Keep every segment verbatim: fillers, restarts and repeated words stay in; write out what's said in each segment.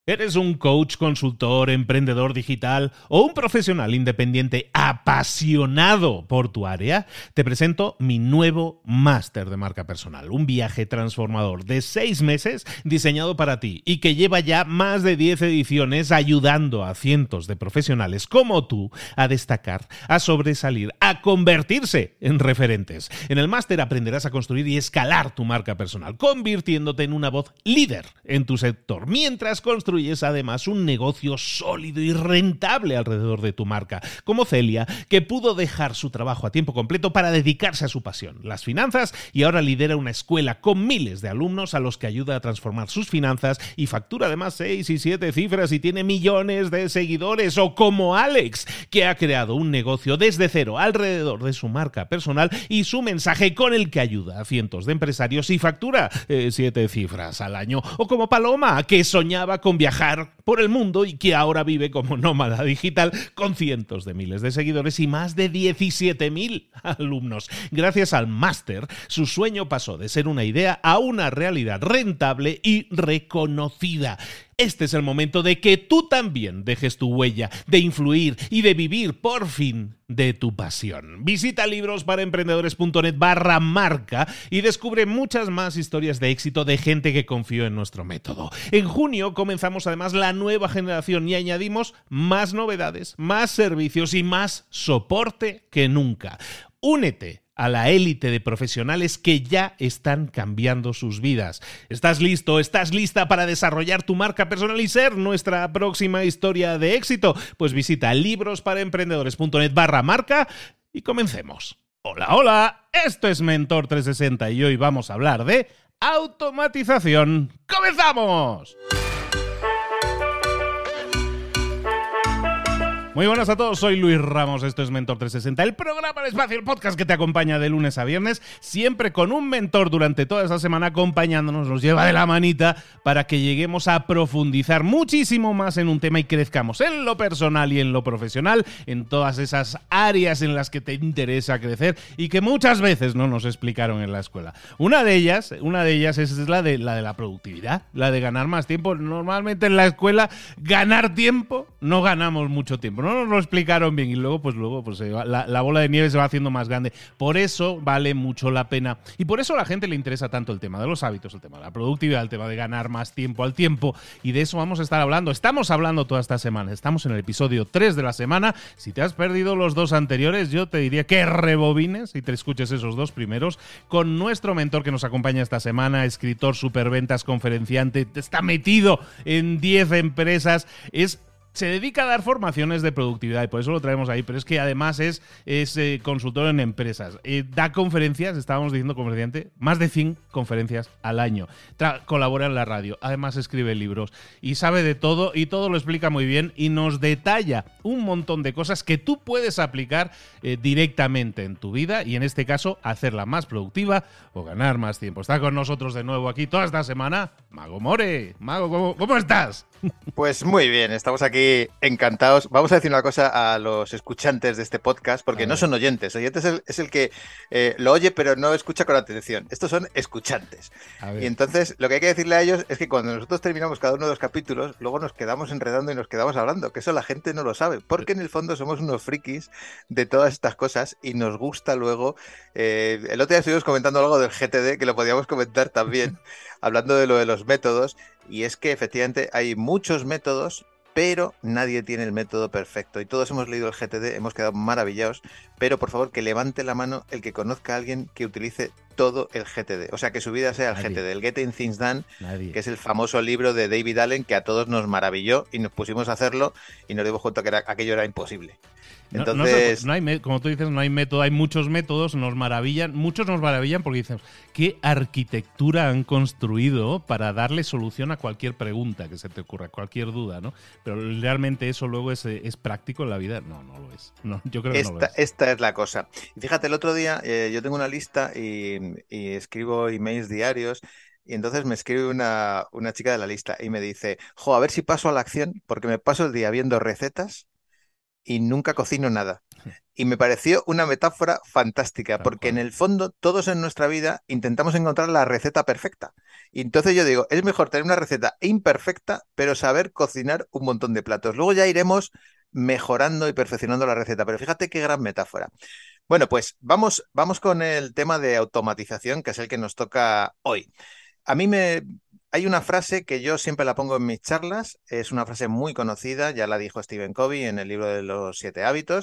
¿Eres un coach, consultor, emprendedor digital o un profesional independiente apasionado por tu área? Te presento mi nuevo máster de marca personal, un viaje transformador de seis meses diseñado para ti y que lleva ya más de diez ediciones ayudando a cientos de profesionales como tú a destacar, a sobresalir, a convertirse en referentes. En el máster aprenderás a construir y escalar tu marca personal, convirtiéndote en una voz líder en tu sector, mientras construyes además un negocio sólido y rentable alrededor de tu marca, como Celia, que pudo dejar su trabajo a tiempo completo para dedicarse a su pasión, las finanzas, y ahora lidera una escuela con miles de alumnos a los que ayuda a transformar sus finanzas y factura además seis y siete cifras y tiene millones de seguidores. O como Alex, que ha creado un negocio desde cero alrededor de su marca personal y su mensaje, con el que ayuda a cientos de empresarios y factura eh, siete cifras al año. O como Paloma, que soñaba con viajar por el mundo y que ahora vive como nómada digital con cientos de miles de seguidores y más de diecisiete mil alumnos. Gracias al máster, su sueño pasó de ser una idea a una realidad rentable y reconocida. Este es el momento de que tú también dejes tu huella, de influir y de vivir por fin de tu pasión. Visita librosparaemprendedores.net barra marca y descubre muchas más historias de éxito de gente que confió en nuestro método. En junio comenzamos además la nueva generación y añadimos más novedades, más servicios y más soporte que nunca. Únete a la élite de profesionales que ya están cambiando sus vidas. ¿Estás listo? ¿Estás lista para desarrollar tu marca personal y ser nuestra próxima historia de éxito? Pues visita librosparaemprendedores.net barra marca y comencemos. Hola, hola, esto es Mentor trescientos sesenta y hoy vamos a hablar de automatización. ¡Comenzamos! Muy buenas a todos, soy Luis Ramos, esto es Mentor trescientos sesenta, el programa, el espacio, el podcast que te acompaña de lunes a viernes, siempre con un mentor durante toda esta semana acompañándonos, nos lleva de la manita para que lleguemos a profundizar muchísimo más en un tema y crezcamos en lo personal y en lo profesional, en todas esas áreas en las que te interesa crecer y que muchas veces no nos explicaron en la escuela. Una de ellas, una de ellas es la de la de la productividad, la de ganar más tiempo. Normalmente en la escuela ganar tiempo no ganamos mucho tiempo. No nos lo explicaron bien y luego pues luego pues la, la bola de nieve se va haciendo más grande. Por eso vale mucho la pena y por eso a la gente le interesa tanto el tema de los hábitos, el tema de la productividad, el tema de ganar más tiempo al tiempo, y de eso vamos a estar hablando. Estamos hablando toda esta semana. Estamos en el episodio tres de la semana. Si te has perdido los dos anteriores, yo te diría que rebobines y te escuches esos dos primeros con nuestro mentor que nos acompaña esta semana, escritor, superventas, conferenciante, está metido en diez empresas, es se dedica a dar formaciones de productividad y por eso lo traemos ahí, pero es que además es, es eh, consultor en empresas. Eh, da conferencias, estábamos diciendo conferenciante, más de cien conferencias al año. Tra- colabora en la radio, además escribe libros y sabe de todo y todo lo explica muy bien y nos detalla un montón de cosas que tú puedes aplicar eh, directamente en tu vida y en este caso hacerla más productiva o ganar más tiempo. Está con nosotros de nuevo aquí toda esta semana Mago More. Mago, ¿cómo, cómo estás? Pues muy bien, estamos aquí encantados. Vamos a decir una cosa a los escuchantes de este podcast, porque no son oyentes. Oyentes es el, es el que eh, lo oye pero no escucha con atención. Estos son escuchantes. Y entonces lo que hay que decirle a ellos es que cuando nosotros terminamos cada uno de los capítulos, luego nos quedamos enredando y nos quedamos hablando, que eso la gente no lo sabe, porque en el fondo somos unos frikis de todas estas cosas y nos gusta luego. Eh, el otro día estuvimos comentando algo del G T D, que lo podíamos comentar también, hablando de lo de los métodos, y es que efectivamente hay muchos métodos, pero nadie tiene el método perfecto. Y todos hemos leído el G T D, hemos quedado maravillados, pero por favor que levante la mano el que conozca a alguien que utilice todo el G T D. O sea, que su vida sea el Nadie. G T D, el Getting Things Done, Nadie. Que es el famoso libro de David Allen que a todos nos maravilló y nos pusimos a hacerlo y nos dimos cuenta que era, aquello era imposible. Entonces, no, no, no hay, como tú dices, no hay método, hay muchos métodos, nos maravillan, muchos nos maravillan porque dicen, ¿qué arquitectura han construido para darle solución a cualquier pregunta que se te ocurra, cualquier duda, ¿no? Pero realmente eso luego es, es práctico en la vida. No, no lo es. No, yo creo que esta, no lo es. Esta es la cosa. Y fíjate, el otro día eh, yo tengo una lista y, y escribo emails diarios. Y entonces me escribe una, una chica de la lista y me dice, jo, a ver si paso a la acción, porque me paso el día viendo recetas y nunca cocino nada. Y me pareció una metáfora fantástica, Tal porque en cual. el fondo todos en nuestra vida intentamos encontrar la receta perfecta. Y entonces yo digo, es mejor tener una receta imperfecta, pero saber cocinar un montón de platos. Luego ya iremos mejorando y perfeccionando la receta, pero fíjate qué gran metáfora. Bueno, pues vamos, vamos con el tema de automatización, que es el que nos toca hoy. A mí me... Hay una frase que yo siempre la pongo en mis charlas, es una frase muy conocida, ya la dijo Stephen Covey en el libro de los siete hábitos,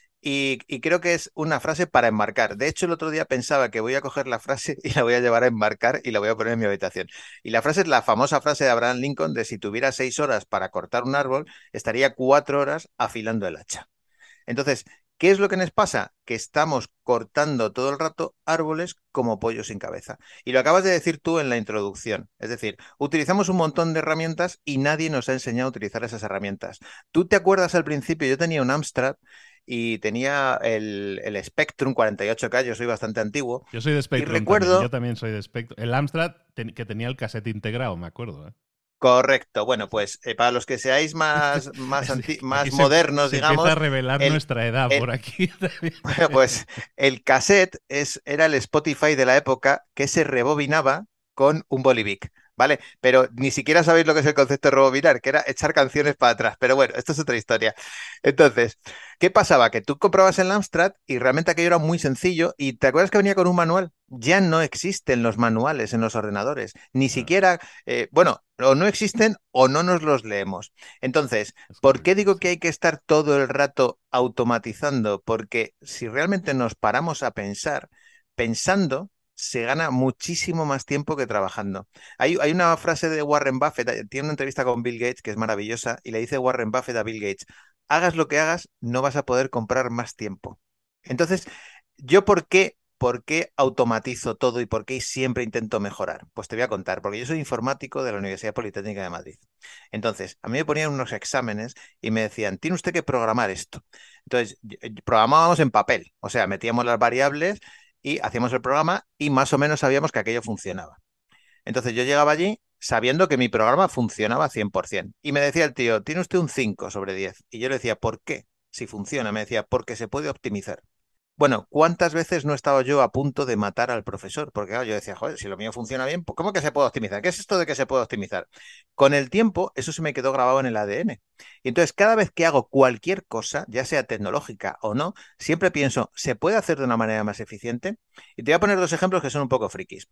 y, y creo que es una frase para enmarcar. De hecho, el otro día pensaba que voy a coger la frase y la voy a llevar a enmarcar y la voy a poner en mi habitación. Y la frase es la famosa frase de Abraham Lincoln de si tuviera seis horas para cortar un árbol, estaría cuatro horas afilando el hacha. Entonces, ¿qué es lo que nos pasa? Que estamos cortando todo el rato árboles como pollos sin cabeza. Y lo acabas de decir tú en la introducción. Es decir, utilizamos un montón de herramientas y nadie nos ha enseñado a utilizar esas herramientas. ¿Tú te acuerdas al principio? Yo tenía un Amstrad y tenía el, el Spectrum cuarenta y ocho K, yo soy bastante antiguo, Yo soy de y Spectrum también, yo recuerdo. también soy de Spectrum. El Amstrad ten- que tenía el cassette integrado, me acuerdo. ¿Eh? Correcto. Bueno, pues eh, para los que seáis más, más, Es- anti- Aquí más se, modernos, se empieza a digamos, revelar el, nuestra edad el, por aquí también. bueno, pues el cassette es, era el Spotify de la época que se rebobinaba con un bolivic, ¿vale? Pero ni siquiera sabéis lo que es el concepto de rebobinar, que era echar canciones para atrás. Pero bueno, esto es otra historia. Entonces, ¿qué pasaba? Que tú comprabas el Amstrad y realmente aquello era muy sencillo y ¿te acuerdas que venía con un manual? Ya no existen los manuales en los ordenadores, ni No, siquiera, eh, bueno, o no existen o no nos los leemos. Entonces, es ¿por qué correcto, digo que sí. hay que estar todo el rato automatizando? Porque si realmente nos paramos a pensar, pensando se gana muchísimo más tiempo que trabajando. Hay, hay una frase de Warren Buffett, eh, tiene una entrevista con Bill Gates que es maravillosa, y le dice Warren Buffett a Bill Gates, hagas lo que hagas, no vas a poder comprar más tiempo. Entonces, ¿yo por qué? ¿Por qué automatizo todo y por qué siempre intento mejorar? Pues te voy a contar, porque yo soy informático de la Universidad Politécnica de Madrid. Entonces, a mí me ponían unos exámenes y me decían, tiene usted que programar esto. Entonces, yo- yo- programábamos en papel, o sea, metíamos las variables y hacíamos el programa y más o menos sabíamos que aquello funcionaba. Entonces, yo llegaba allí sabiendo que mi programa funcionaba cien por ciento. Y me decía el tío, tiene usted un cinco sobre diez. Y yo le decía, ¿por qué? Si funciona, me decía, porque se puede optimizar. Bueno, ¿cuántas veces no he estado yo a punto de matar al profesor? Porque claro, yo decía, joder, si lo mío funciona bien, pues ¿cómo que se puede optimizar? ¿Qué es esto de que se puede optimizar? Con el tiempo, eso se me quedó grabado en el A D N. Y entonces, cada vez que hago cualquier cosa, ya sea tecnológica o no, siempre pienso, ¿se puede hacer de una manera más eficiente? Y te voy a poner dos ejemplos que son un poco frikis.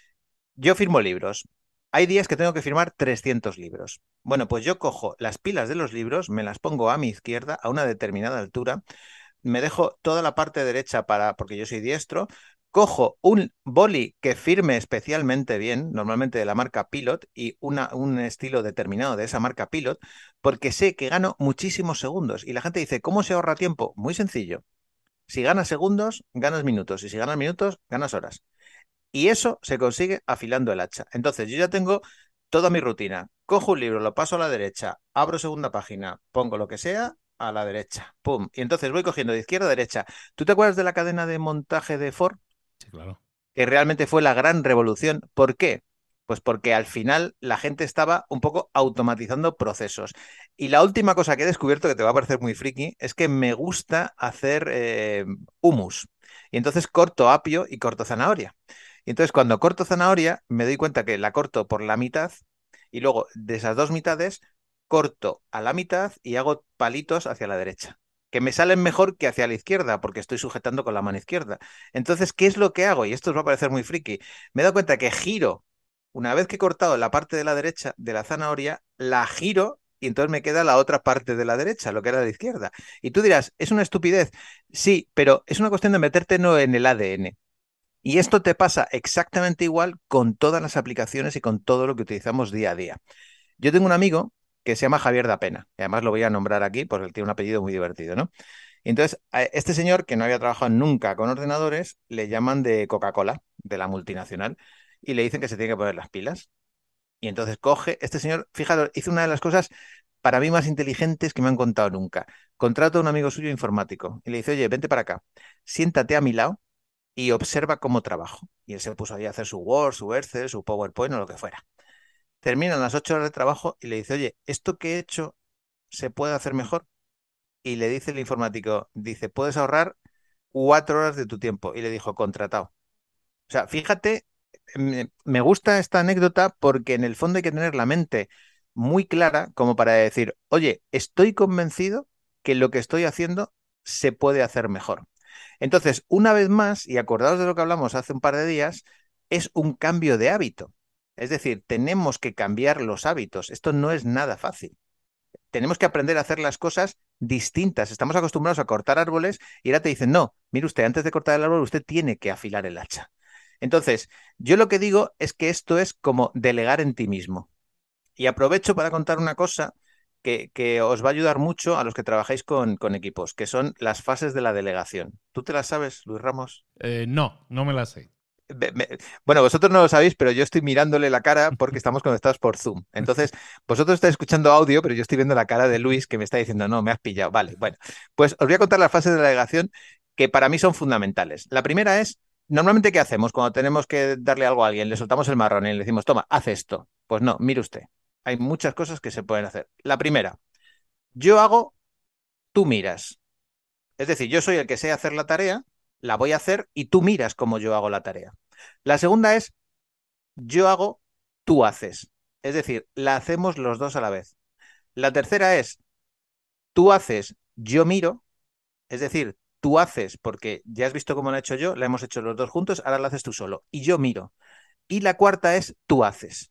Yo firmo libros. Hay días que tengo que firmar trescientos libros. Bueno, pues yo cojo las pilas de los libros, me las pongo a mi izquierda a una determinada altura, me dejo toda la parte derecha para, porque yo soy diestro, cojo un boli que firme especialmente bien, normalmente de la marca Pilot, y una, un estilo determinado de esa marca Pilot, porque sé que gano muchísimos segundos. Y la gente dice, ¿cómo se ahorra tiempo? Muy sencillo. Si ganas segundos, ganas minutos, y si ganas minutos, ganas horas. Y eso se consigue afilando el hacha. Entonces, yo ya tengo toda mi rutina. Cojo un libro, lo paso a la derecha, abro segunda página, pongo lo que sea a la derecha. ¡Pum! Y entonces voy cogiendo de izquierda a derecha. ¿Tú te acuerdas de la cadena de montaje de Ford? Sí, claro. Que realmente fue la gran revolución. ¿Por qué? Pues porque al final la gente estaba un poco automatizando procesos. Y la última cosa que he descubierto, que te va a parecer muy friki, es que me gusta hacer eh, hummus. Y entonces corto apio y corto zanahoria. Y entonces cuando corto zanahoria, me doy cuenta que la corto por la mitad y luego de esas dos mitades corto a la mitad y hago palitos hacia la derecha, que me salen mejor que hacia la izquierda porque estoy sujetando con la mano izquierda. Entonces, ¿qué es lo que hago? Y esto os va a parecer muy friki. Me he dado cuenta que giro, una vez que he cortado la parte de la derecha de la zanahoria, la giro y entonces me queda la otra parte de la derecha, lo que era de la izquierda. Y tú dirás, ¿es una estupidez? Sí, pero es una cuestión de meterte no en el A D N. Y esto te pasa exactamente igual con todas las aplicaciones y con todo lo que utilizamos día a día. Yo tengo un amigo que se llama Javier da Pena, y además lo voy a nombrar aquí porque él tiene un apellido muy divertido, ¿no? Y entonces, a este señor que no había trabajado nunca con ordenadores, le llaman de Coca-Cola, de la multinacional, y le dicen que se tiene que poner las pilas. Y entonces coge, este señor, fíjate, hizo una de las cosas para mí más inteligentes que me han contado nunca. Contrata a un amigo suyo informático y le dice, oye, vente para acá, siéntate a mi lado y observa cómo trabajo. Y él se puso ahí a hacer su Word, su Excel, su PowerPoint o lo que fuera. Terminan las ocho horas de trabajo y le dice, oye, ¿esto que he hecho se puede hacer mejor? y le dice el informático, dice, puedes ahorrar cuatro horas de tu tiempo. Y le dijo, contratado. O sea, fíjate, me, me gusta esta anécdota porque en el fondo hay que tener la mente muy clara como para decir, oye, estoy convencido que lo que estoy haciendo se puede hacer mejor. Entonces, una vez más, y acordaos de lo que hablamos hace un par de días, es un cambio de hábito. Es decir, tenemos que cambiar los hábitos. Esto no es nada fácil. Tenemos que aprender a hacer las cosas distintas. Estamos acostumbrados a cortar árboles y ahora te dicen, no, mire usted, antes de cortar el árbol, usted tiene que afilar el hacha. Entonces, yo lo que digo es que esto es como delegar en ti mismo. Y aprovecho para contar una cosa que, que os va a ayudar mucho a los que trabajáis con, con equipos, que son las fases de la delegación. ¿Tú te las sabes, Luis Ramos? Eh, no, no me la sé. Be- me- Bueno, vosotros no lo sabéis, pero yo estoy mirándole la cara porque estamos conectados por Zoom. Entonces, vosotros estáis escuchando audio, pero yo estoy viendo la cara de Luis que me está diciendo, no, me has pillado. Vale, bueno, pues os voy a contar las fases de la delegación que para mí son fundamentales. La primera es, normalmente, ¿qué hacemos cuando tenemos que darle algo a alguien? Le soltamos el marrón y le decimos, toma, haz esto. Pues no, mire usted. Hay muchas cosas que se pueden hacer. La primera, yo hago, tú miras. Es decir, yo soy el que sé hacer la tarea, la voy a hacer y tú miras cómo yo hago la tarea. La segunda es, yo hago, tú haces. Es decir, la hacemos los dos a la vez. La tercera es, tú haces, yo miro. Es decir, tú haces porque ya has visto cómo lo he hecho yo, la hemos hecho los dos juntos, ahora la haces tú solo. Y yo miro. Y la cuarta es, tú haces.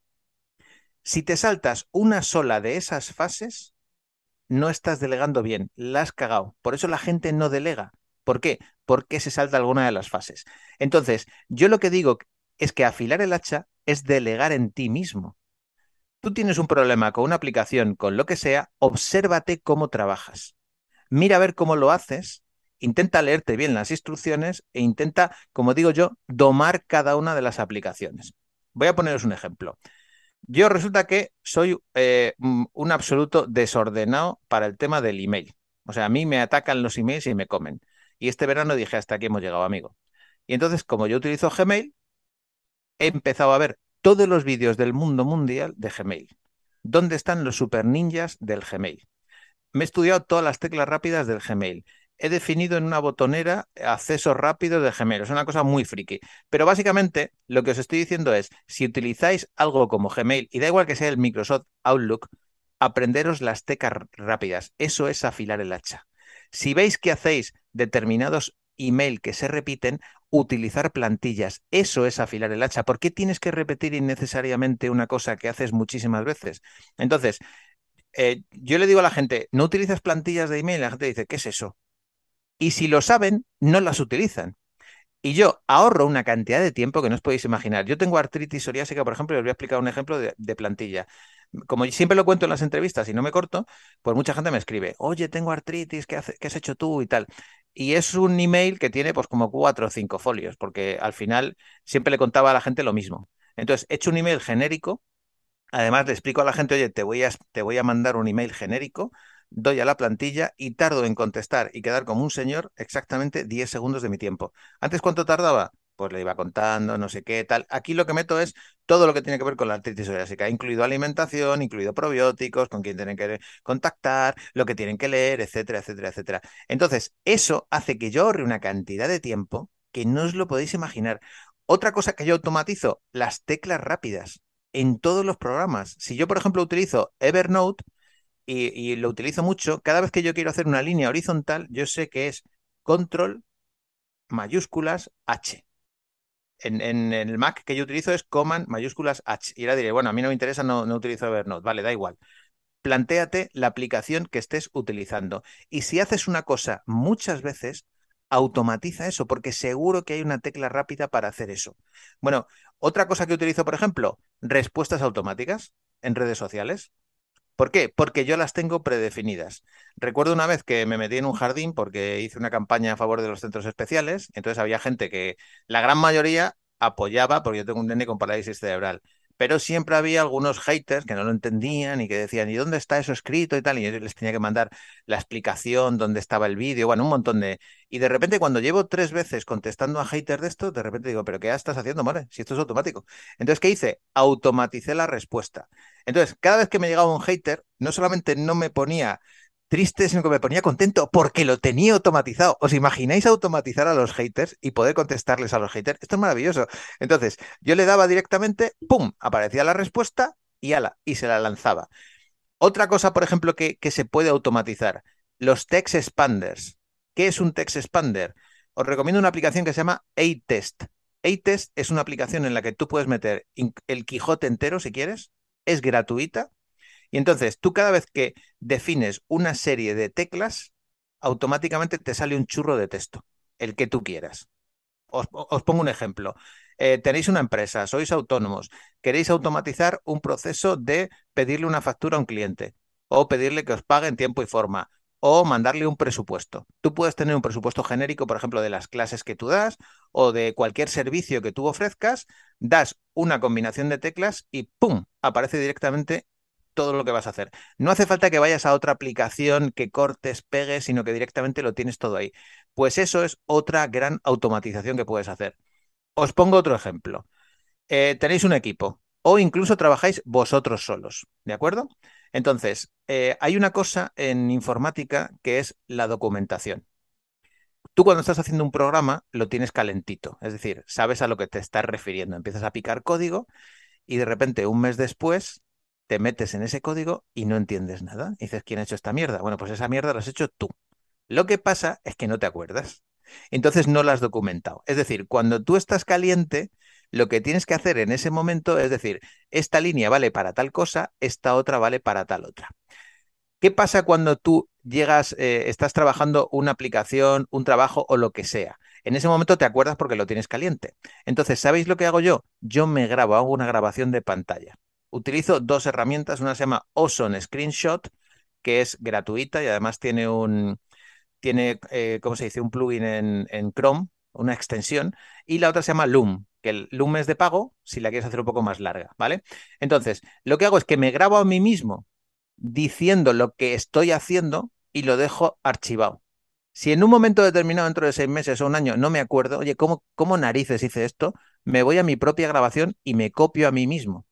Si te saltas una sola de esas fases, no estás delegando bien, la has cagado. Por eso la gente no delega. ¿Por qué? Porque se salta alguna de las fases. Entonces, yo lo que digo es que afilar el hacha es delegar en ti mismo. Tú tienes un problema con una aplicación, con lo que sea, obsérvate cómo trabajas. Mira a ver cómo lo haces, intenta leerte bien las instrucciones e intenta, como digo yo, domar cada una de las aplicaciones. Voy a poneros un ejemplo. Yo resulta que soy eh, un absoluto desordenado para el tema del email. O sea, a mí me atacan los emails y me comen. Y este verano dije, hasta aquí hemos llegado, amigo. Y entonces, como yo utilizo Gmail, he empezado a ver todos los vídeos del mundo mundial de Gmail. ¿Dónde están los super ninjas del Gmail? Me he estudiado todas las teclas rápidas del Gmail. He definido en una botonera acceso rápido de Gmail. Es una cosa muy friki. Pero básicamente lo que os estoy diciendo es, si utilizáis algo como Gmail, y da igual que sea el Microsoft Outlook, aprenderos las teclas rápidas. Eso es afilar el hacha. Si veis que hacéis determinados email que se repiten, utilizar plantillas. Eso es afilar el hacha. ¿Por qué tienes que repetir innecesariamente una cosa que haces muchísimas veces? Entonces, eh, yo le digo a la gente, ¿no utilizas plantillas de email? La gente dice, ¿qué es eso? Y si lo saben, no las utilizan. Y yo ahorro una cantidad de tiempo que no os podéis imaginar. Yo tengo artritis psoriásica, por ejemplo, y os voy a explicar un ejemplo de, de plantilla. Como siempre lo cuento en las entrevistas y no me corto, pues mucha gente me escribe, oye, tengo artritis, ¿qué, hace- qué has hecho tú y tal? Y es un email que tiene pues como cuatro o cinco folios, porque al final siempre le contaba a la gente lo mismo. Entonces, he hecho un email genérico. Además, le explico a la gente, oye, te voy a, te voy a mandar un email genérico, doy a la plantilla y tardo en contestar y quedar como un señor exactamente diez segundos de mi tiempo. ¿Antes cuánto tardaba? Pues le iba contando, no sé qué, tal. Aquí lo que meto es todo lo que tiene que ver con la artritis psoriásica, incluido alimentación, incluido probióticos, con quién tienen que contactar, lo que tienen que leer, etcétera, etcétera, etcétera. Entonces, eso hace que yo ahorre una cantidad de tiempo que no os lo podéis imaginar. Otra cosa que yo automatizo, las teclas rápidas en todos los programas. Si yo, por ejemplo, utilizo Evernote y, y lo utilizo mucho, cada vez que yo quiero hacer una línea horizontal, yo sé que es control mayúsculas H. En, en el Mac que yo utilizo es command mayúsculas H. Y ahora diré, bueno, a mí no me interesa, no, no utilizo Evernote. Vale, da igual. Plantéate la aplicación que estés utilizando. Y si haces una cosa muchas veces, automatiza eso, porque seguro que hay una tecla rápida para hacer eso. Bueno, otra cosa que utilizo, por ejemplo, respuestas automáticas en redes sociales. ¿Por qué? Porque yo las tengo predefinidas. Recuerdo una vez que me metí en un jardín porque hice una campaña a favor de los centros especiales, entonces había gente que la gran mayoría apoyaba, porque yo tengo un nene con parálisis cerebral, pero siempre había algunos haters que no lo entendían y que decían, ¿y dónde está eso escrito y tal? Y yo les tenía que mandar la explicación, dónde estaba el vídeo, bueno, un montón de... Y de repente cuando llevo tres veces contestando a haters de esto, de repente digo, ¿pero qué estás haciendo, More? Si esto es automático. Entonces, ¿qué hice? Automaticé la respuesta. Entonces, cada vez que me llegaba un hater, no solamente no me ponía triste, sino que me ponía contento porque lo tenía automatizado. ¿Os imagináis automatizar a los haters y poder contestarles a los haters? Esto es maravilloso. Entonces, yo le daba directamente, ¡pum!, aparecía la respuesta y ala, y se la lanzaba. Otra cosa, por ejemplo, que, que se puede automatizar, los text expanders. ¿Qué es un text expander? Os recomiendo una aplicación que se llama A-Test. A-Test es una aplicación en la que tú puedes meter el Quijote entero si quieres, es gratuita, y entonces tú cada vez que defines una serie de teclas, automáticamente te sale un churro de texto, el que tú quieras. Os, os pongo un ejemplo. Eh, tenéis una empresa, sois autónomos, queréis automatizar un proceso de pedirle una factura a un cliente o pedirle que os pague en tiempo y forma o mandarle un presupuesto. Tú puedes tener un presupuesto genérico, por ejemplo, de las clases que tú das o de cualquier servicio que tú ofrezcas, das una combinación de teclas y ¡pum!, aparece directamente todo lo que vas a hacer. No hace falta que vayas a otra aplicación, que cortes, pegues, sino que directamente lo tienes todo ahí. Pues eso es otra gran automatización que puedes hacer. Os pongo otro ejemplo. Eh, tenéis un equipo o incluso trabajáis vosotros solos, ¿de acuerdo? Entonces, eh, hay una cosa en informática que es la documentación. Tú cuando estás haciendo un programa lo tienes calentito, es decir, sabes a lo que te estás refiriendo. Empiezas a picar código y de repente un mes después te metes en ese código y no entiendes nada. Y dices, ¿quién ha hecho esta mierda? Bueno, pues esa mierda la has hecho tú. Lo que pasa es que no te acuerdas. Entonces no la has documentado. Es decir, cuando tú estás caliente, lo que tienes que hacer en ese momento es decir, esta línea vale para tal cosa, esta otra vale para tal otra. ¿Qué pasa cuando tú llegas, eh, estás trabajando una aplicación, un trabajo o lo que sea? En ese momento te acuerdas porque lo tienes caliente. Entonces, ¿sabéis lo que hago yo? Yo me grabo, hago una grabación de pantalla. Utilizo dos herramientas, una se llama Ozone Screenshot, que es gratuita y además tiene un, tiene, eh, ¿cómo se dice? Un plugin en, en Chrome, una extensión, y la otra se llama Loom, que el Loom es de pago si la quieres hacer un poco más larga, ¿vale? Entonces, lo que hago es que me grabo a mí mismo diciendo lo que estoy haciendo y lo dejo archivado. Si en un momento determinado, dentro de seis meses o un año, no me acuerdo, oye, ¿cómo, cómo narices hice esto? Me voy a mi propia grabación y me copio a mí mismo.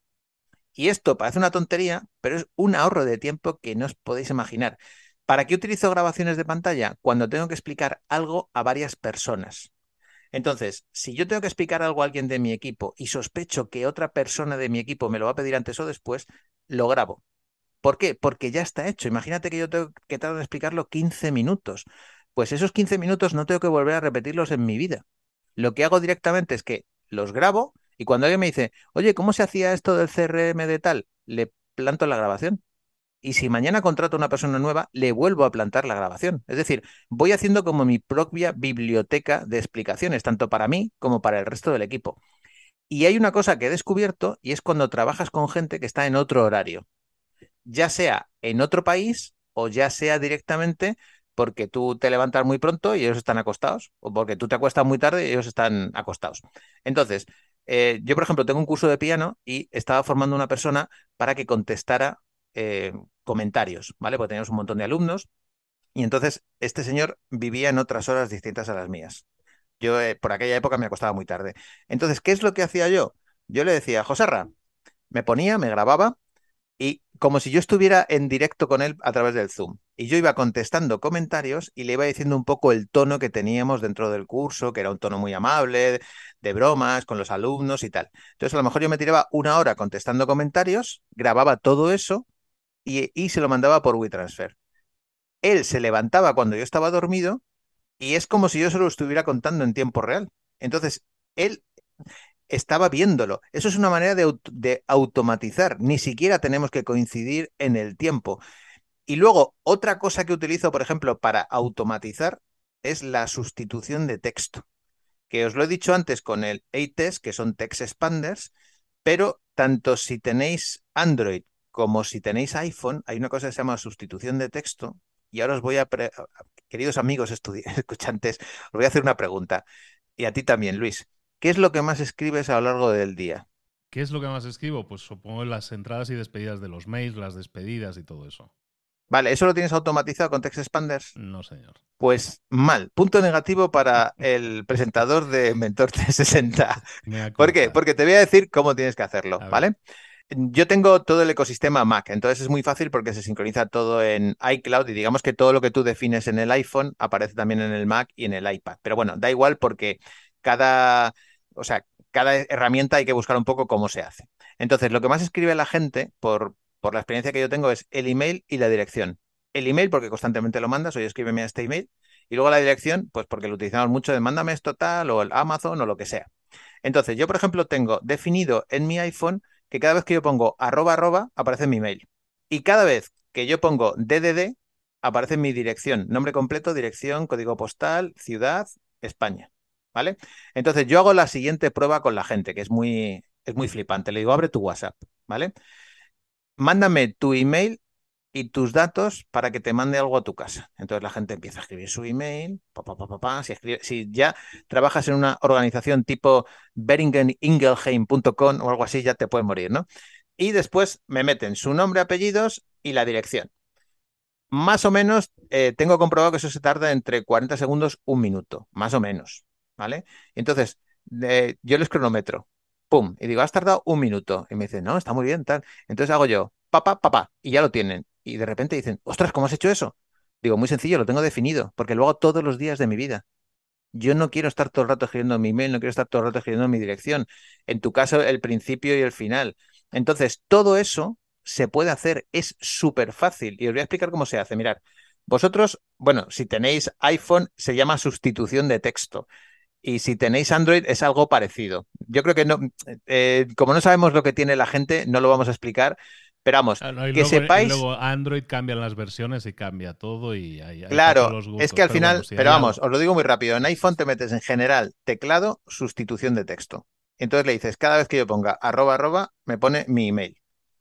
Y esto parece una tontería, pero es un ahorro de tiempo que no os podéis imaginar. ¿Para qué utilizo grabaciones de pantalla? Cuando tengo que explicar algo a varias personas. Entonces, si yo tengo que explicar algo a alguien de mi equipo y sospecho que otra persona de mi equipo me lo va a pedir antes o después, lo grabo. ¿Por qué? Porque ya está hecho. Imagínate que yo tengo que tardar en explicarlo quince minutos. Pues esos quince minutos no tengo que volver a repetirlos en mi vida. Lo que hago directamente es que los grabo y cuando alguien me dice, oye, ¿cómo se hacía esto del C R M de tal? Le planto la grabación. Y si mañana contrato a una persona nueva, le vuelvo a plantar la grabación. Es decir, voy haciendo como mi propia biblioteca de explicaciones, tanto para mí como para el resto del equipo. Y hay una cosa que he descubierto y es cuando trabajas con gente que está en otro horario, ya sea en otro país o ya sea directamente porque tú te levantas muy pronto y ellos están acostados, o porque tú te acuestas muy tarde y ellos están acostados. Entonces, eh, yo, por ejemplo, tengo un curso de piano y estaba formando una persona para que contestara eh, comentarios, ¿vale? Porque teníamos un montón de alumnos y entonces este señor vivía en otras horas distintas a las mías. Yo eh, por aquella época me acostaba muy tarde. Entonces, ¿qué es lo que hacía yo? Yo le decía, Josarra, me ponía, me grababa y como si yo estuviera en directo con él a través del Zoom. Y yo iba contestando comentarios y le iba diciendo un poco el tono que teníamos dentro del curso, que era un tono muy amable, de bromas con los alumnos y tal. Entonces, a lo mejor yo me tiraba una hora contestando comentarios, grababa todo eso y, y se lo mandaba por WeTransfer. Él se levantaba cuando yo estaba dormido y es como si yo se lo estuviera contando en tiempo real. Entonces, él estaba viéndolo. Eso es una manera de, aut- de automatizar. Ni siquiera tenemos que coincidir en el tiempo. Y luego, otra cosa que utilizo, por ejemplo, para automatizar es la sustitución de texto, que os lo he dicho antes con el A-Test, que son text expanders, pero tanto si tenéis Android como si tenéis iPhone, hay una cosa que se llama sustitución de texto. Y ahora os voy a, pre- queridos amigos estudi- escuchantes, os voy a hacer una pregunta. Y a ti también, Luis. ¿Qué es lo que más escribes a lo largo del día? ¿Qué es lo que más escribo? Pues supongo las entradas y despedidas de los mails, las despedidas y todo eso. Vale, ¿eso lo tienes automatizado con Text Expanders? No, señor. Pues mal. Punto negativo para el presentador de Mentor trescientos sesenta. Me ¿Por qué? culpa. Porque te voy a decir cómo tienes que hacerlo, A ver. ¿vale? Yo tengo todo el ecosistema Mac, entonces es muy fácil porque se sincroniza todo en iCloud y digamos que todo lo que tú defines en el iPhone aparece también en el Mac y en el iPad. Pero bueno, da igual porque cada, o sea, cada herramienta hay que buscar un poco cómo se hace. Entonces, lo que más escribe la gente, por, por la experiencia que yo tengo, es el email y la dirección. El email porque constantemente lo mandas, oye, escríbeme a este email. Y luego la dirección, pues porque lo utilizamos mucho de mándame esto tal o el Amazon o lo que sea. Entonces, yo, por ejemplo, tengo definido en mi iPhone que cada vez que yo pongo arroba arroba aparece en mi mail. Y cada vez que yo pongo D D D aparece en mi dirección, nombre completo, dirección, código postal, ciudad, España. ¿Vale? Entonces yo hago la siguiente prueba con la gente, que es muy, es muy flipante. Le digo, abre tu WhatsApp, ¿vale? Mándame tu email y tus datos para que te mande algo a tu casa. Entonces la gente empieza a escribir su email, pa, pa, pa, pa, pa. Si, escribe, si ya trabajas en una organización tipo beringen ingelheim punto com o algo así, ya te puedes morir, ¿no? Y después me meten su nombre, apellidos y la dirección. Más o menos, eh, tengo comprobado que eso se tarda entre cuarenta segundos, un minuto, más o menos, ¿vale? Entonces, eh, yo les cronometro, pum, y digo, has tardado un minuto. Y me dicen, no, está muy bien, tal. Entonces hago yo, papá, papá, y ya lo tienen. Y de repente dicen, ostras, ¿cómo has hecho eso? Digo, muy sencillo, lo tengo definido, porque lo hago todos los días de mi vida. Yo no quiero estar todo el rato escribiendo mi email, no quiero estar todo el rato escribiendo mi dirección. En tu caso, el principio y el final. Entonces, todo eso se puede hacer, es súper fácil. Y os voy a explicar cómo se hace. Mirad, vosotros, bueno, si tenéis iPhone, se llama sustitución de texto. Y si tenéis Android, es algo parecido. Yo creo que no, eh, como no sabemos lo que tiene la gente, no lo vamos a explicar. Pero vamos, Ah, no, y, que luego, y sepáis, luego Android cambian las versiones y cambia todo y hay, hay para todos claro, los es que gustos. al Pero bueno, final, si pero hay vamos, algo. os lo digo muy rápido, en iPhone te metes en general teclado, sustitución de texto. Entonces le dices, cada vez que yo ponga arroba arroba, me pone mi email.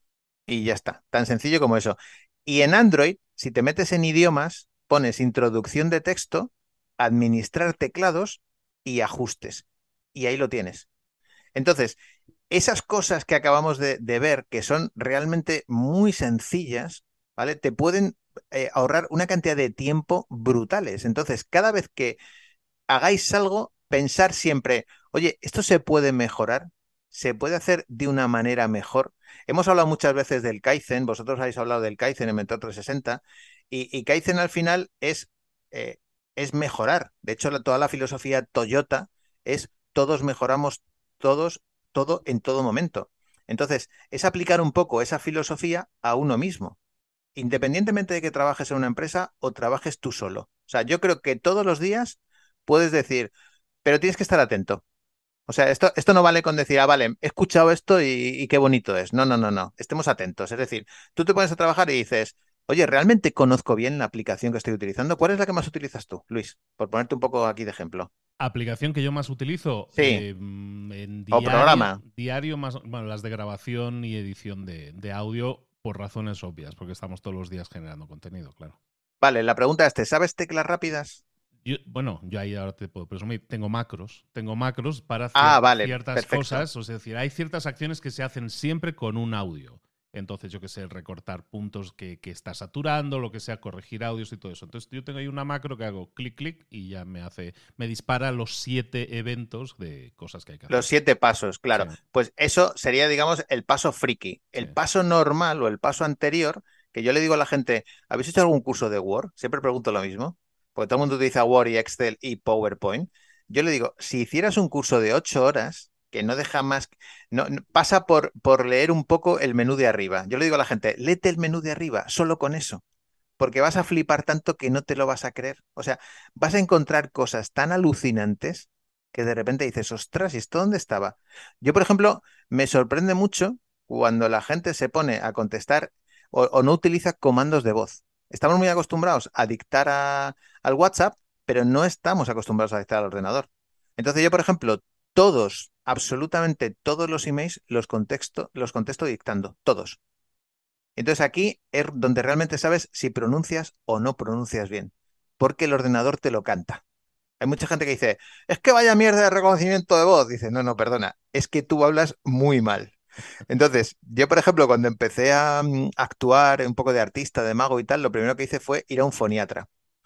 Y ya está, tan sencillo como eso. Y en Android, si te metes en idiomas, pones introducción de texto, administrar teclados y ajustes. Y ahí lo tienes. Entonces, esas cosas que acabamos de, de ver, que son realmente muy sencillas, ¿vale? Te pueden eh, ahorrar una cantidad de tiempo brutales. Entonces, cada vez que hagáis algo, pensar siempre, oye, ¿esto se puede mejorar? ¿Se puede hacer de una manera mejor? Hemos hablado muchas veces del Kaizen, vosotros habéis hablado del Kaizen en Mentor trescientos sesenta, y, y Kaizen al final es, eh, es mejorar. De hecho, la- toda la filosofía Toyota es todos mejoramos, todos, todo en todo momento. Entonces, es aplicar un poco esa filosofía a uno mismo, independientemente de que trabajes en una empresa o trabajes tú solo. O sea, yo creo que todos los días puedes decir, pero tienes que estar atento. O sea, esto, esto no vale con decir, ah, vale, he escuchado esto y, y qué bonito es. No, no, no, no. Estemos atentos. Es decir, tú te pones a trabajar y dices, oye, ¿realmente conozco bien la aplicación que estoy utilizando? ¿Cuál es la que más utilizas tú, Luis? Por ponerte un poco aquí de ejemplo. Aplicación que yo más utilizo Sí, eh, en o diario, programa. diario más, bueno, las de grabación y edición de, de audio por razones obvias, porque estamos todos los días generando contenido, claro. Vale, la pregunta es, ¿te sabes teclas rápidas? Yo, bueno, yo ahí ahora te puedo presumir, tengo macros, tengo macros para Ah, cier- vale, ciertas perfecto. cosas, o sea, es decir, hay ciertas acciones que se hacen siempre con un audio. Entonces, yo qué sé, recortar puntos que, que está saturando, lo que sea, corregir audios y todo eso. Entonces, yo tengo ahí una macro que hago clic, clic y ya me hace, me dispara los siete eventos de cosas que hay que Los hacer. siete pasos, Sí, claro. Pues eso sería, digamos, el paso friki. sí. El paso normal o el paso anterior, que yo le digo a la gente, ¿habéis hecho algún curso de Word? Siempre pregunto lo mismo, porque todo el mundo utiliza Word y Excel y PowerPoint. Yo le digo, si hicieras un curso de ocho horas, que no deja más, no, no- pasa por, por leer un poco el menú de arriba. Yo le digo a la gente, léete el menú de arriba, solo con eso, porque vas a flipar tanto que no te lo vas a creer. O sea, vas a encontrar cosas tan alucinantes que de repente dices, ostras, ¿y esto dónde estaba? Yo, por ejemplo, me sorprende mucho cuando la gente se pone a contestar o, o no utiliza comandos de voz. Estamos muy acostumbrados a dictar a- al WhatsApp, pero no estamos acostumbrados a dictar al ordenador. Entonces yo, por ejemplo, todos, absolutamente todos los emails los contesto, los contesto dictando, todos. Entonces aquí es donde realmente sabes si pronuncias o no pronuncias bien, porque el ordenador te lo canta. Hay mucha gente que dice, es que vaya mierda de reconocimiento de voz. Dice, no, no, perdona, es que tú hablas muy mal. Entonces, yo, por ejemplo, cuando empecé a mm, actuar un poco de artista, de mago y tal, lo primero que hice fue ir a un foniatra.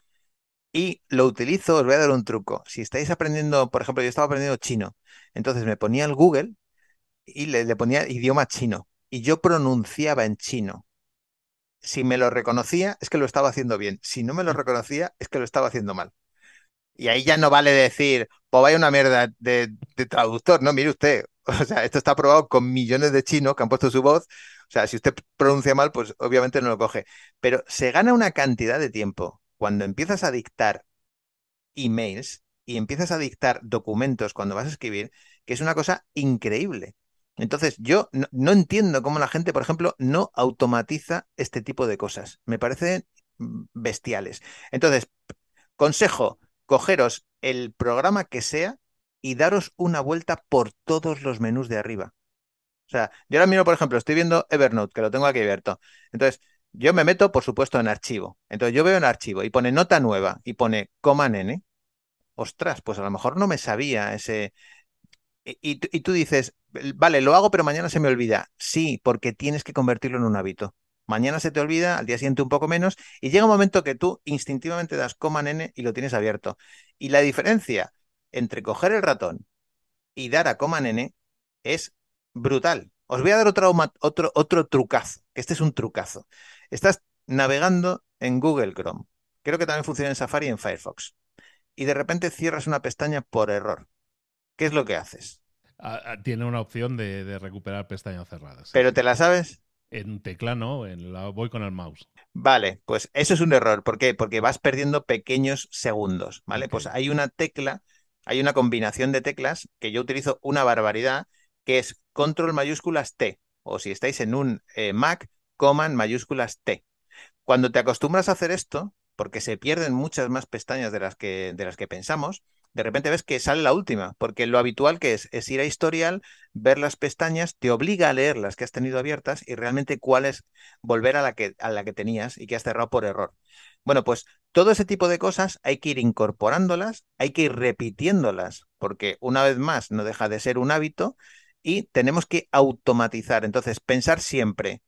Y lo utilizo, os voy a dar un truco. Si estáis aprendiendo, por ejemplo, yo estaba aprendiendo chino, entonces me ponía el Google y le, le ponía idioma chino. y yo pronunciaba en chino. Si me lo reconocía, es que lo estaba haciendo bien. Si no me lo reconocía, es que lo estaba haciendo mal. Y ahí ya no vale decir, pues vaya una mierda de, de traductor, no, mire usted. O sea, esto está probado con millones de chinos que han puesto su voz. O sea, si usted pronuncia mal, pues obviamente no lo coge. Pero se gana una cantidad de tiempo cuando empiezas a dictar emails y empiezas a dictar documentos cuando vas a escribir, que es una cosa increíble. Entonces, yo no, no entiendo cómo la gente, por ejemplo, no automatiza este tipo de cosas. Me parecen mm, bestiales. Entonces, consejo, cogeros el programa que sea y daros una vuelta por todos los menús de arriba. O sea, yo ahora mismo, por ejemplo, estoy viendo Evernote, que lo tengo aquí abierto. Entonces, yo me meto, por supuesto, en archivo. Entonces, yo veo en archivo y pone nota nueva y pone coma nene. Ostras, pues a lo mejor no me sabía ese. Y, y tú y tú dices, vale, lo hago, pero mañana se me olvida. Sí, porque tienes que convertirlo en un hábito. Mañana se te olvida, al día siguiente un poco menos, y llega un momento que tú instintivamente das coma nene y lo tienes abierto. Y la diferencia entre coger el ratón y dar a coma nene es brutal. Os voy a dar otro, otro, otro trucazo, que este es un trucazo. Estás navegando en Google Chrome. Creo que también funciona en Safari y en Firefox. Y de repente cierras una pestaña por error. ¿Qué es lo que haces? Ah, ah, tiene una opción de, de recuperar pestañas cerradas, sí, ¿Pero sí. te la sabes? En tecla no, en la, voy con el mouse. Vale, pues eso es un error. ¿Por qué? Porque vas perdiendo pequeños segundos, ¿vale? Ok. Pues hay una tecla, hay una combinación de teclas que yo utilizo una barbaridad, que es control mayúsculas T, o si estáis en un eh, Mac, command mayúsculas T. Cuando te acostumbras a hacer esto, porque se pierden muchas más pestañas de las que, de las que pensamos, de repente ves que sale la última, porque lo habitual que es es ir a historial, ver las pestañas, te obliga a leer las que has tenido abiertas y realmente cuál es volver a la que, a la que tenías y que has cerrado por error. Bueno, pues todo ese tipo de cosas hay que ir incorporándolas, hay que ir repitiéndolas, porque una vez más no deja de ser un hábito y tenemos que automatizar. Entonces, pensar siempre.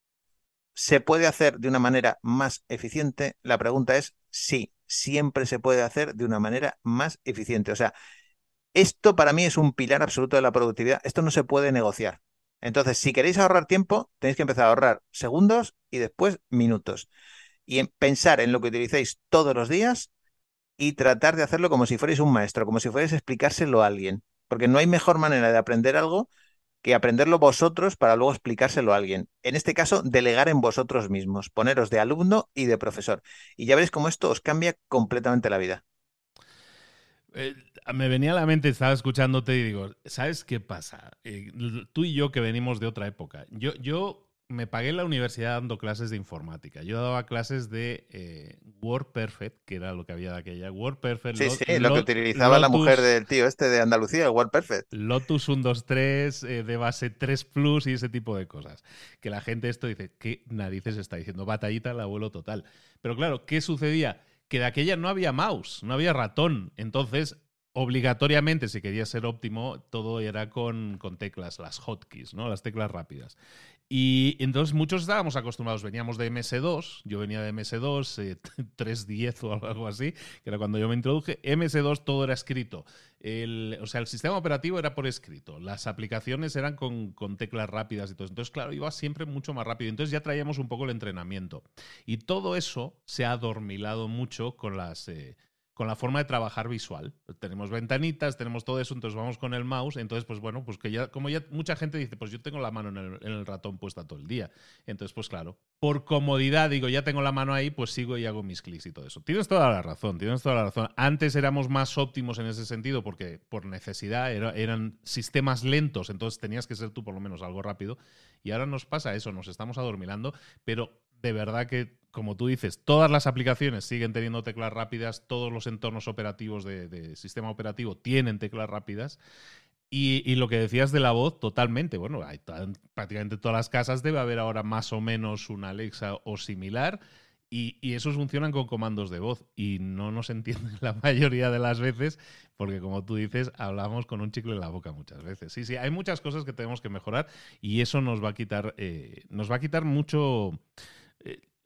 ¿Se puede hacer de una manera más eficiente? La pregunta es sí, siempre se puede hacer de una manera más eficiente. O sea, esto para mí es un pilar absoluto de la productividad. Esto no se puede negociar. Entonces, si queréis ahorrar tiempo, tenéis que empezar a ahorrar segundos y después minutos. Y en pensar en lo que utilicéis todos los días y tratar de hacerlo como si fuerais un maestro, como si fuerais a explicárselo a alguien. Porque no hay mejor manera de aprender algo que aprenderlo vosotros para luego explicárselo a alguien. En este caso, delegar en vosotros mismos, poneros de alumno y de profesor. Y ya veréis cómo esto os cambia completamente la vida. Eh, me venía a la mente, estaba escuchándote y digo, ¿sabes qué pasa? Eh, tú y yo que venimos de otra época. Yo, yo me pagué en la universidad dando clases de informática. Yo daba clases de eh, WordPerfect, que era lo que había de aquella. WordPerfect, Sí, Lot, sí, lo que Lot, utilizaba la mujer Lotus, del tío este de Andalucía, el WordPerfect. Lotus ciento veintitrés, eh, de base tres Plus y ese tipo de cosas. Que la gente esto dice, ¿qué narices está diciendo? Batallita al abuelo total. Pero claro, ¿qué sucedía? Que de aquella no había mouse, no había ratón. Entonces, obligatoriamente, si querías ser óptimo, todo era con, con teclas, las hotkeys, ¿no? Las teclas rápidas. Y entonces muchos estábamos acostumbrados, veníamos de eme ese dos, yo venía de eme ese dos, eh, tres diez o algo así, que era cuando yo me introduje. eme ese dos todo era escrito. El, o sea, el sistema operativo era por escrito. Las aplicaciones eran con, con teclas rápidas y todo. Entonces, claro, iba siempre mucho más rápido. Entonces ya traíamos un poco el entrenamiento. Y todo eso se ha adormilado mucho con las... Eh, con la forma de trabajar visual. Tenemos ventanitas, tenemos todo eso, entonces vamos con el mouse, entonces pues bueno, pues que ya, como ya mucha gente dice, pues yo tengo la mano en el, en el ratón puesta todo el día. Entonces pues claro, por comodidad digo, ya tengo la mano ahí, pues sigo y hago mis clics y todo eso. Tienes toda la razón, tienes toda la razón. Antes éramos más óptimos en ese sentido porque por necesidad era, eran sistemas lentos, entonces tenías que ser tú por lo menos algo rápido. Y ahora nos pasa eso, nos estamos adormilando, pero de verdad que, como tú dices, todas las aplicaciones siguen teniendo teclas rápidas, todos los entornos operativos de, de sistema operativo tienen teclas rápidas. Y, y lo que decías de la voz, totalmente. Bueno, hay tan, prácticamente todas las casas debe haber ahora más o menos una Alexa o similar. Y, y esos funcionan con comandos de voz. Y no nos entienden la mayoría de las veces, porque como tú dices, hablamos con un chicle en la boca muchas veces. Sí, sí, hay muchas cosas que tenemos que mejorar y eso nos va a quitar, eh, nos va a quitar mucho... Eh,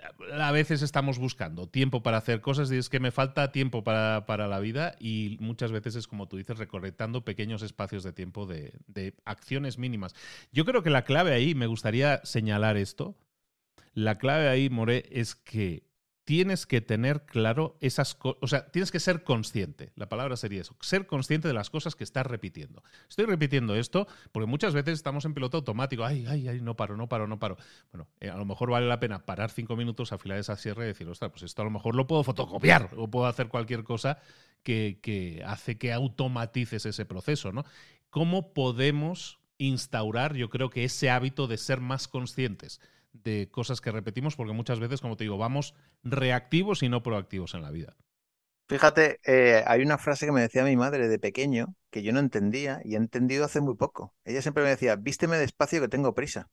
a veces estamos buscando tiempo para hacer cosas y es que me falta tiempo para, para la vida y muchas veces es como tú dices, recolectando pequeños espacios de tiempo de, de acciones mínimas. Yo creo que la clave ahí, me gustaría señalar esto, la clave ahí, More, es que tienes que tener claro esas cosas, o sea, tienes que ser consciente, la palabra sería eso, ser consciente de las cosas que estás repitiendo. Estoy repitiendo esto porque muchas veces estamos en piloto automático, ay, ay, ay, no paro, no paro, no paro. Bueno, eh, a lo mejor vale la pena parar cinco minutos, afilar esa sierra y decir, ostras, pues esto a lo mejor lo puedo fotocopiar o puedo hacer cualquier cosa que, que hace que automatices ese proceso, ¿no? ¿Cómo podemos instaurar, yo creo que ese hábito de ser más conscientes de cosas que repetimos? Porque muchas veces, como te digo, vamos reactivos y no proactivos en la vida. Fíjate, eh, hay una frase que me decía mi madre de pequeño que yo no entendía y he entendido hace muy poco. Ella siempre me decía, vísteme despacio que tengo prisa.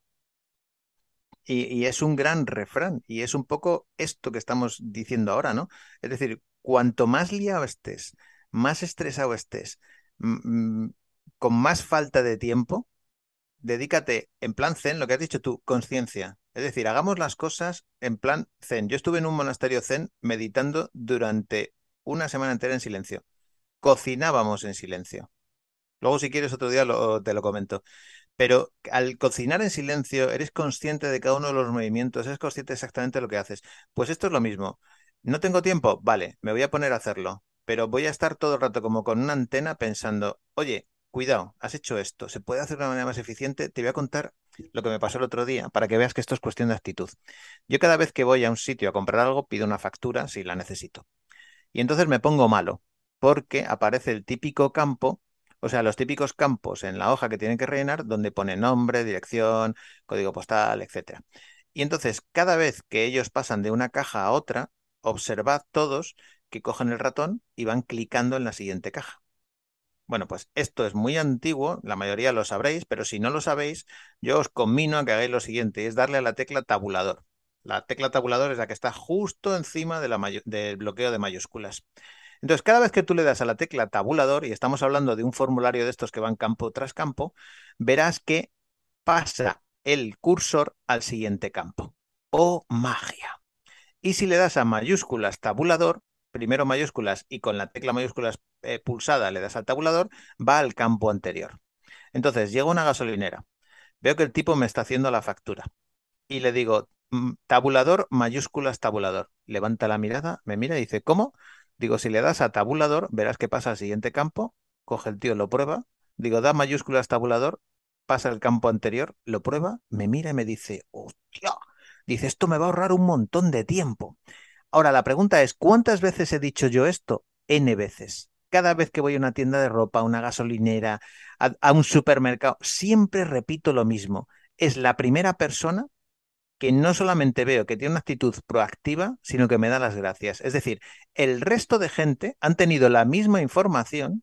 Y, y es un gran refrán y es un poco esto que estamos diciendo ahora, ¿no? Es decir, cuanto más liado estés, más estresado estés, mm, mm, con más falta de tiempo, dedícate en plan zen, lo que has dicho tú, conciencia. Es decir, hagamos las cosas en plan zen. Yo estuve en un monasterio zen meditando durante una semana entera en silencio. Cocinábamos en silencio. Luego, si quieres, otro día lo- te lo comento. Pero al cocinar en silencio, eres consciente de cada uno de los movimientos, eres consciente exactamente de lo que haces. Pues esto es lo mismo. ¿No tengo tiempo? Vale, me voy a poner a hacerlo. Pero voy a estar todo el rato como con una antena pensando, oye, cuidado, has hecho esto, ¿se puede hacer de una manera más eficiente? Te voy a contar lo que me pasó el otro día para que veas que esto es cuestión de actitud. Yo cada vez que voy a un sitio a comprar algo, pido una factura si la necesito. Y entonces me pongo malo, porque aparece el típico campo, o sea, los típicos campos en la hoja que tienen que rellenar, donde pone nombre, dirección, código postal, etcétera. Y entonces, cada vez que ellos pasan de una caja a otra, observad todos que cogen el ratón y van clicando en la siguiente caja. Bueno, pues esto es muy antiguo, la mayoría lo sabréis, pero si no lo sabéis, yo os conmino a que hagáis lo siguiente, es darle a la tecla tabulador. La tecla tabulador es la que está justo encima de la mayo- del bloqueo de mayúsculas. Entonces, cada vez que tú le das a la tecla tabulador, y estamos hablando de un formulario de estos que van campo tras campo, verás que pasa el cursor al siguiente campo. ¡Oh, magia! Y si le das a mayúsculas tabulador, primero mayúsculas y con la tecla mayúsculas eh, pulsada le das al tabulador, va al campo anterior. Entonces, llega una gasolinera. Veo que el tipo me está haciendo la factura. Y le digo, mm, tabulador, mayúsculas, tabulador. Levanta la mirada, me mira y dice, ¿cómo? Digo, si le das a tabulador, verás que pasa al siguiente campo. Coge el tío, lo prueba. Digo, da mayúsculas, tabulador. Pasa al campo anterior, lo prueba, me mira y me dice, ¡hostia! Dice, esto me va a ahorrar un montón de tiempo. Ahora, la pregunta es, ¿cuántas veces he dicho yo esto? N veces. Cada vez que voy a una tienda de ropa, a una gasolinera, a, a un supermercado, siempre repito lo mismo. Es la primera persona que no solamente veo que tiene una actitud proactiva, sino que me da las gracias. Es decir, el resto de gente han tenido la misma información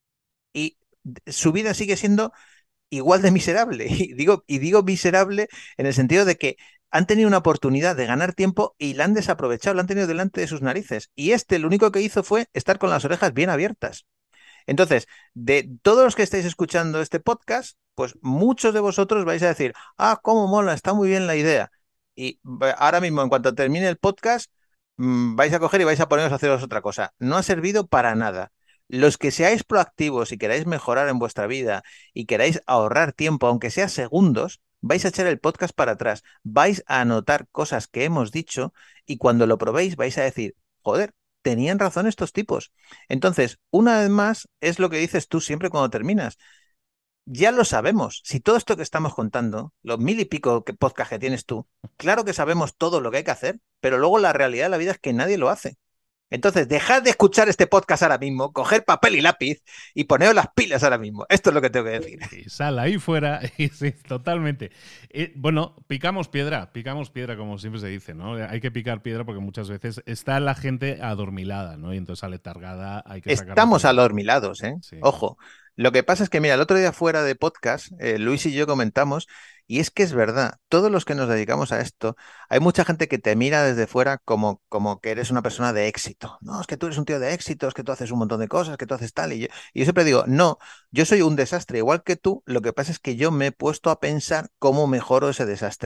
y su vida sigue siendo igual de miserable. Y digo, y digo miserable en el sentido de que han tenido una oportunidad de ganar tiempo y la han desaprovechado, la han tenido delante de sus narices. Y este lo único que hizo fue estar con las orejas bien abiertas. Entonces, de todos los que estáis escuchando este podcast, pues muchos de vosotros vais a decir, ah, cómo mola, está muy bien la idea. Y eh, ahora mismo, en cuanto termine el podcast, mm, vais a coger y vais a poneros a haceros otra cosa. No ha servido para nada. Los que seáis proactivos y queráis mejorar en vuestra vida y queráis ahorrar tiempo, aunque sea segundos, vais a echar el podcast para atrás, vais a anotar cosas que hemos dicho y cuando lo probéis vais a decir, joder, tenían razón estos tipos. Entonces, una vez más, es lo que dices tú siempre cuando terminas. Ya lo sabemos. Si todo esto que estamos contando, los mil y pico que podcast que tienes tú, claro que sabemos todo lo que hay que hacer, pero luego la realidad de la vida es que nadie lo hace. Entonces, dejad de escuchar este podcast ahora mismo, coger papel y lápiz y poneos las pilas ahora mismo. Esto es lo que tengo que decir. Y sal ahí fuera, y sí, totalmente. Eh, bueno, picamos piedra, picamos piedra, como siempre se dice, ¿no? Hay que picar piedra porque muchas veces está la gente adormilada, ¿no? Y entonces aletargada hay que sacar. Estamos adormilados, ¿eh? Sí. Ojo. Lo que pasa es que, mira, el otro día fuera de podcast, eh, Luis y yo comentamos, y es que es verdad, todos los que nos dedicamos a esto, hay mucha gente que te mira desde fuera como, como que eres una persona de éxito. No, es que tú eres un tío de éxito, es que tú haces un montón de cosas, que tú haces tal. Y yo, y yo siempre digo, no, yo soy un desastre igual que tú, lo que pasa es que yo me he puesto a pensar cómo mejoro ese desastre.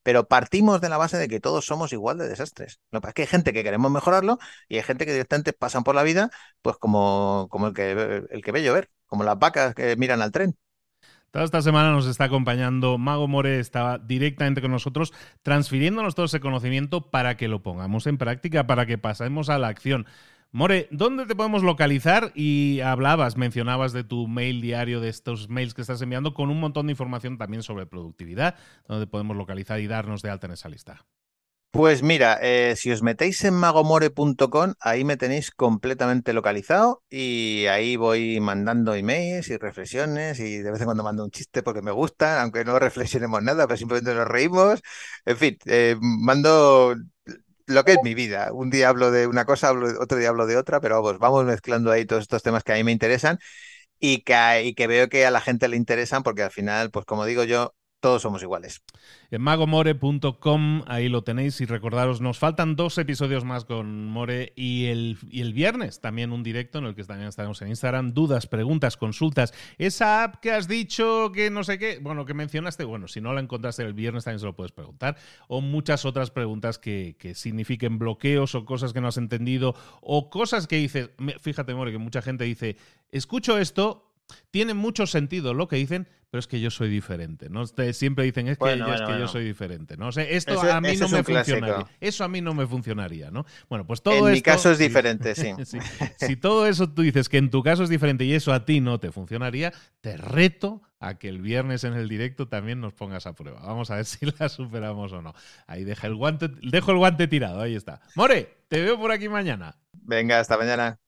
pero partimos de la base de que todos somos igual de desastres. Lo que pasa es que hay gente que queremos mejorarlo y hay gente que directamente pasan por la vida pues como, como el que, el que ve llover, como las vacas que miran al tren. Toda esta semana nos está acompañando Mago More, estaba directamente con nosotros, transfiriéndonos todo ese conocimiento para que lo pongamos en práctica, para que pasemos a la acción. More, ¿dónde te podemos localizar? Y hablabas, mencionabas de tu mail diario, de estos mails que estás enviando, con un montón de información también sobre productividad, donde podemos localizar y darnos de alta en esa lista. Pues mira, eh, si os metéis en magomore punto com, ahí me tenéis completamente localizado y ahí voy mandando emails y reflexiones y de vez en cuando mando un chiste porque me gustan, aunque no reflexionemos nada, pero simplemente nos reímos. En fin, eh, mando lo que es mi vida. Un día hablo de una cosa, hablo, otro día hablo de otra, pero vamos, vamos mezclando ahí todos estos temas que a mí me interesan y que, y que veo que a la gente le interesan porque al final, pues como digo yo, todos somos iguales. En magomore punto com, ahí lo tenéis y recordaros, nos faltan dos episodios más con More y el, y el viernes también un directo en el que también estaremos en Instagram. Dudas, preguntas, consultas. Esa app que has dicho que no sé qué, bueno, que mencionaste, bueno, si no la encontraste el viernes también se lo puedes preguntar. O muchas otras preguntas que, que signifiquen bloqueos o cosas que no has entendido o cosas que dices, fíjate, More, que mucha gente dice, escucho esto, tiene mucho sentido lo que dicen, pero es que yo soy diferente, ¿no? Siempre dicen, es que, bueno, yo, bueno, es que bueno. yo soy diferente, ¿no? O sea, esto Eso, a mí no me funcionaría. Clásico. Eso a mí no me funcionaría, ¿no? Bueno, pues todo en esto... En mi caso es diferente, sí. sí. Si todo eso tú dices que en tu caso es diferente y eso a ti no te funcionaría, te reto a que el viernes en el directo también nos pongas a prueba. Vamos a ver si la superamos o no. Ahí deja el guante, dejo el guante tirado, ahí está. More, te veo por aquí mañana. Venga, hasta mañana.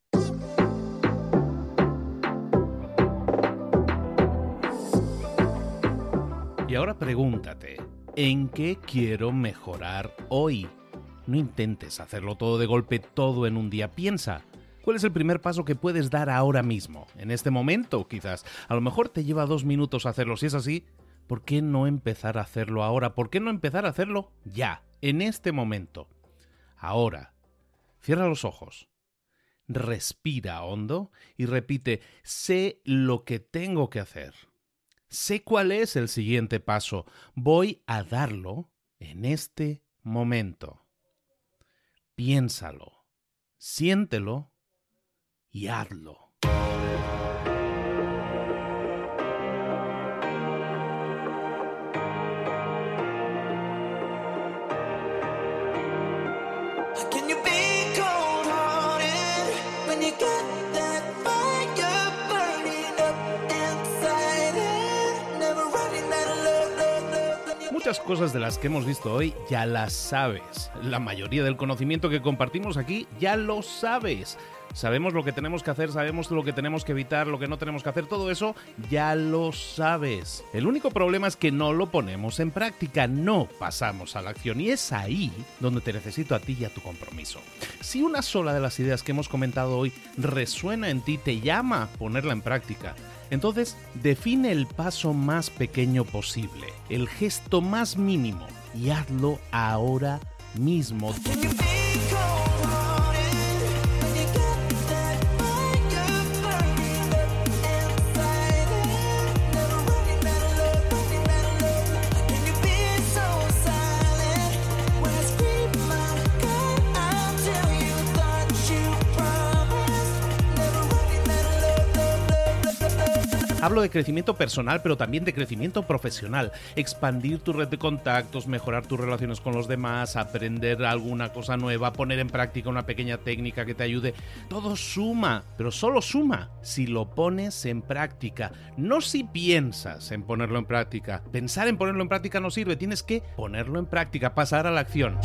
Y ahora pregúntate, ¿en qué quiero mejorar hoy? No intentes hacerlo todo de golpe, todo en un día. Piensa, ¿cuál es el primer paso que puedes dar ahora mismo? En este momento, quizás. A lo mejor te lleva dos minutos hacerlo. Si es así, ¿por qué no empezar a hacerlo ahora? ¿Por qué no empezar a hacerlo ya, en este momento? Ahora, cierra los ojos, respira hondo y repite, sé lo que tengo que hacer. Sé cuál es el siguiente paso. Voy a darlo en este momento. Piénsalo, siéntelo y hazlo. Muchas cosas de las que hemos visto hoy ya las sabes. La mayoría del conocimiento que compartimos aquí ya lo sabes. Sabemos lo que tenemos que hacer, sabemos lo que tenemos que evitar, lo que no tenemos que hacer, todo eso ya lo sabes. El único problema es que no lo ponemos en práctica, no pasamos a la acción y es ahí donde te necesito a ti y a tu compromiso. Si una sola de las ideas que hemos comentado hoy resuena en ti, te llama a ponerla en práctica, entonces define el paso más pequeño posible, el gesto más mínimo y hazlo ahora mismo. Hablo de crecimiento personal, pero también de crecimiento profesional. Expandir tu red de contactos, mejorar tus relaciones con los demás, aprender alguna cosa nueva, poner en práctica una pequeña técnica que te ayude. Todo suma, pero solo suma si lo pones en práctica. No si piensas en ponerlo en práctica. Pensar en ponerlo en práctica no sirve. Tienes que ponerlo en práctica, pasar a la acción.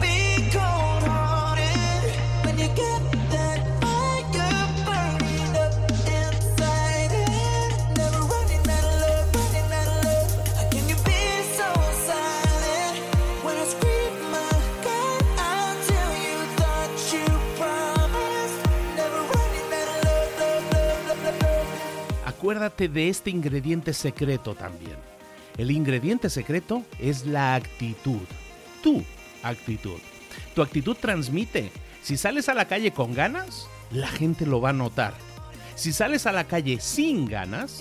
Acuérdate de este ingrediente secreto también. El ingrediente secreto es la actitud. Tu actitud. Tu actitud transmite. Si sales a la calle con ganas, la gente lo va a notar. Si sales a la calle sin ganas,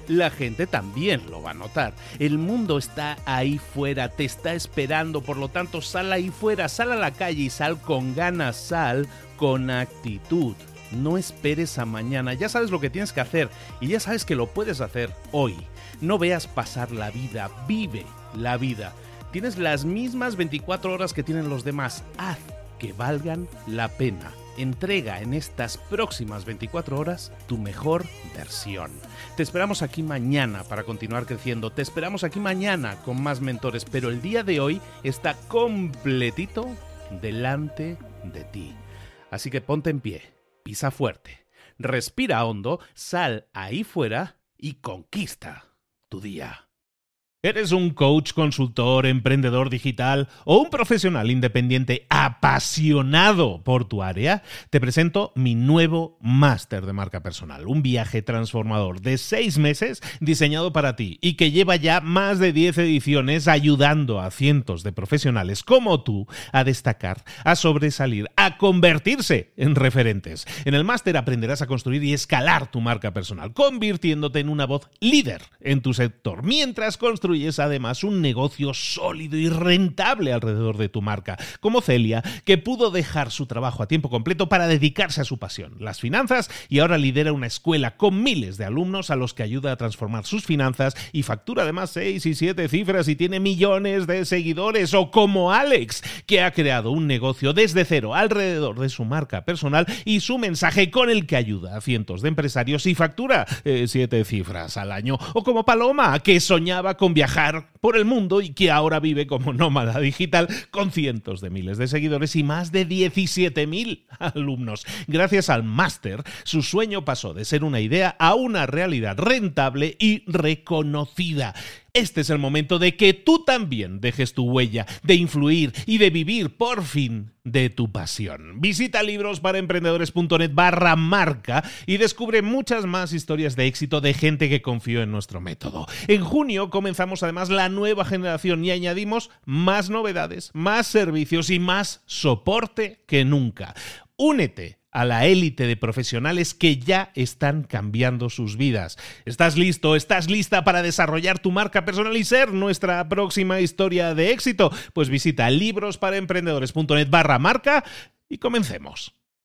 la gente también lo va a notar. El mundo está ahí fuera, te está esperando, por lo tanto sal ahí fuera, sal a la calle y sal con ganas, sal con actitud. No esperes a mañana, ya sabes lo que tienes que hacer y ya sabes que lo puedes hacer hoy. No veas pasar la vida, vive la vida. Tienes las mismas veinticuatro horas que tienen los demás, haz que valgan la pena. Entrega en estas próximas veinticuatro horas tu mejor versión. Te esperamos aquí mañana para continuar creciendo. Te esperamos aquí mañana con más mentores, pero el día de hoy está completito delante de ti. Así que ponte en pie, pisa fuerte, respira hondo, sal ahí fuera y conquista tu día. ¿Eres un coach, consultor, emprendedor digital o un profesional independiente apasionado por tu área? Te presento mi nuevo máster de marca personal, un viaje transformador de seis meses diseñado para ti y que lleva ya más de diez ediciones ayudando a cientos de profesionales como tú a destacar, a sobresalir, a convertirse en referentes. En el máster aprenderás a construir y escalar tu marca personal, convirtiéndote en una voz líder en tu sector, mientras construyes es además un negocio sólido y rentable alrededor de tu marca, como Celia, que pudo dejar su trabajo a tiempo completo para dedicarse a su pasión, las finanzas, y ahora lidera una escuela con miles de alumnos a los que ayuda a transformar sus finanzas y factura además seis y siete cifras y tiene millones de seguidores, o como Alex, que ha creado un negocio desde cero alrededor de su marca personal y su mensaje con el que ayuda a cientos de empresarios y factura eh, siete cifras al año, o como Paloma, que soñaba con viajar viajar por el mundo y que ahora vive como nómada digital con cientos de miles de seguidores y más de diecisiete mil alumnos. Gracias al máster, su sueño pasó de ser una idea a una realidad rentable y reconocida. Este es el momento de que tú también dejes tu huella, de influir y de vivir por fin de tu pasión. Visita librosparaemprendedores.net barra marca y descubre muchas más historias de éxito de gente que confió en nuestro método. En junio comenzamos además la nueva generación y añadimos más novedades, más servicios y más soporte que nunca. Únete a la élite de profesionales que ya están cambiando sus vidas. ¿Estás listo? ¿Estás lista para desarrollar tu marca personal y ser nuestra próxima historia de éxito? Pues visita librosparaemprendedores.net barra marca y comencemos.